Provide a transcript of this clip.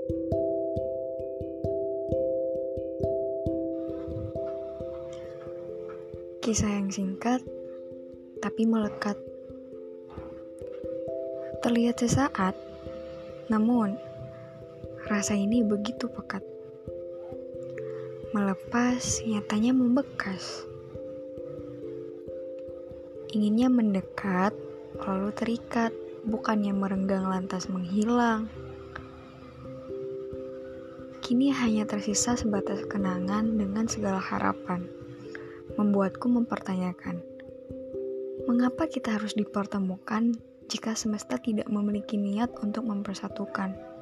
Kisah yang singkat, tapi melekat. Terlihat sesaat, namun rasa ini begitu pekat. Melepas, nyatanya membekas. Inginnya mendekat, lalu terikat, bukannya merenggang lantas menghilang. Kini hanya tersisa sebatas kenangan dengan segala harapan. Membuatku mempertanyakan, mengapa kita harus dipertemukan jika semesta tidak memiliki niat untuk mempersatukan?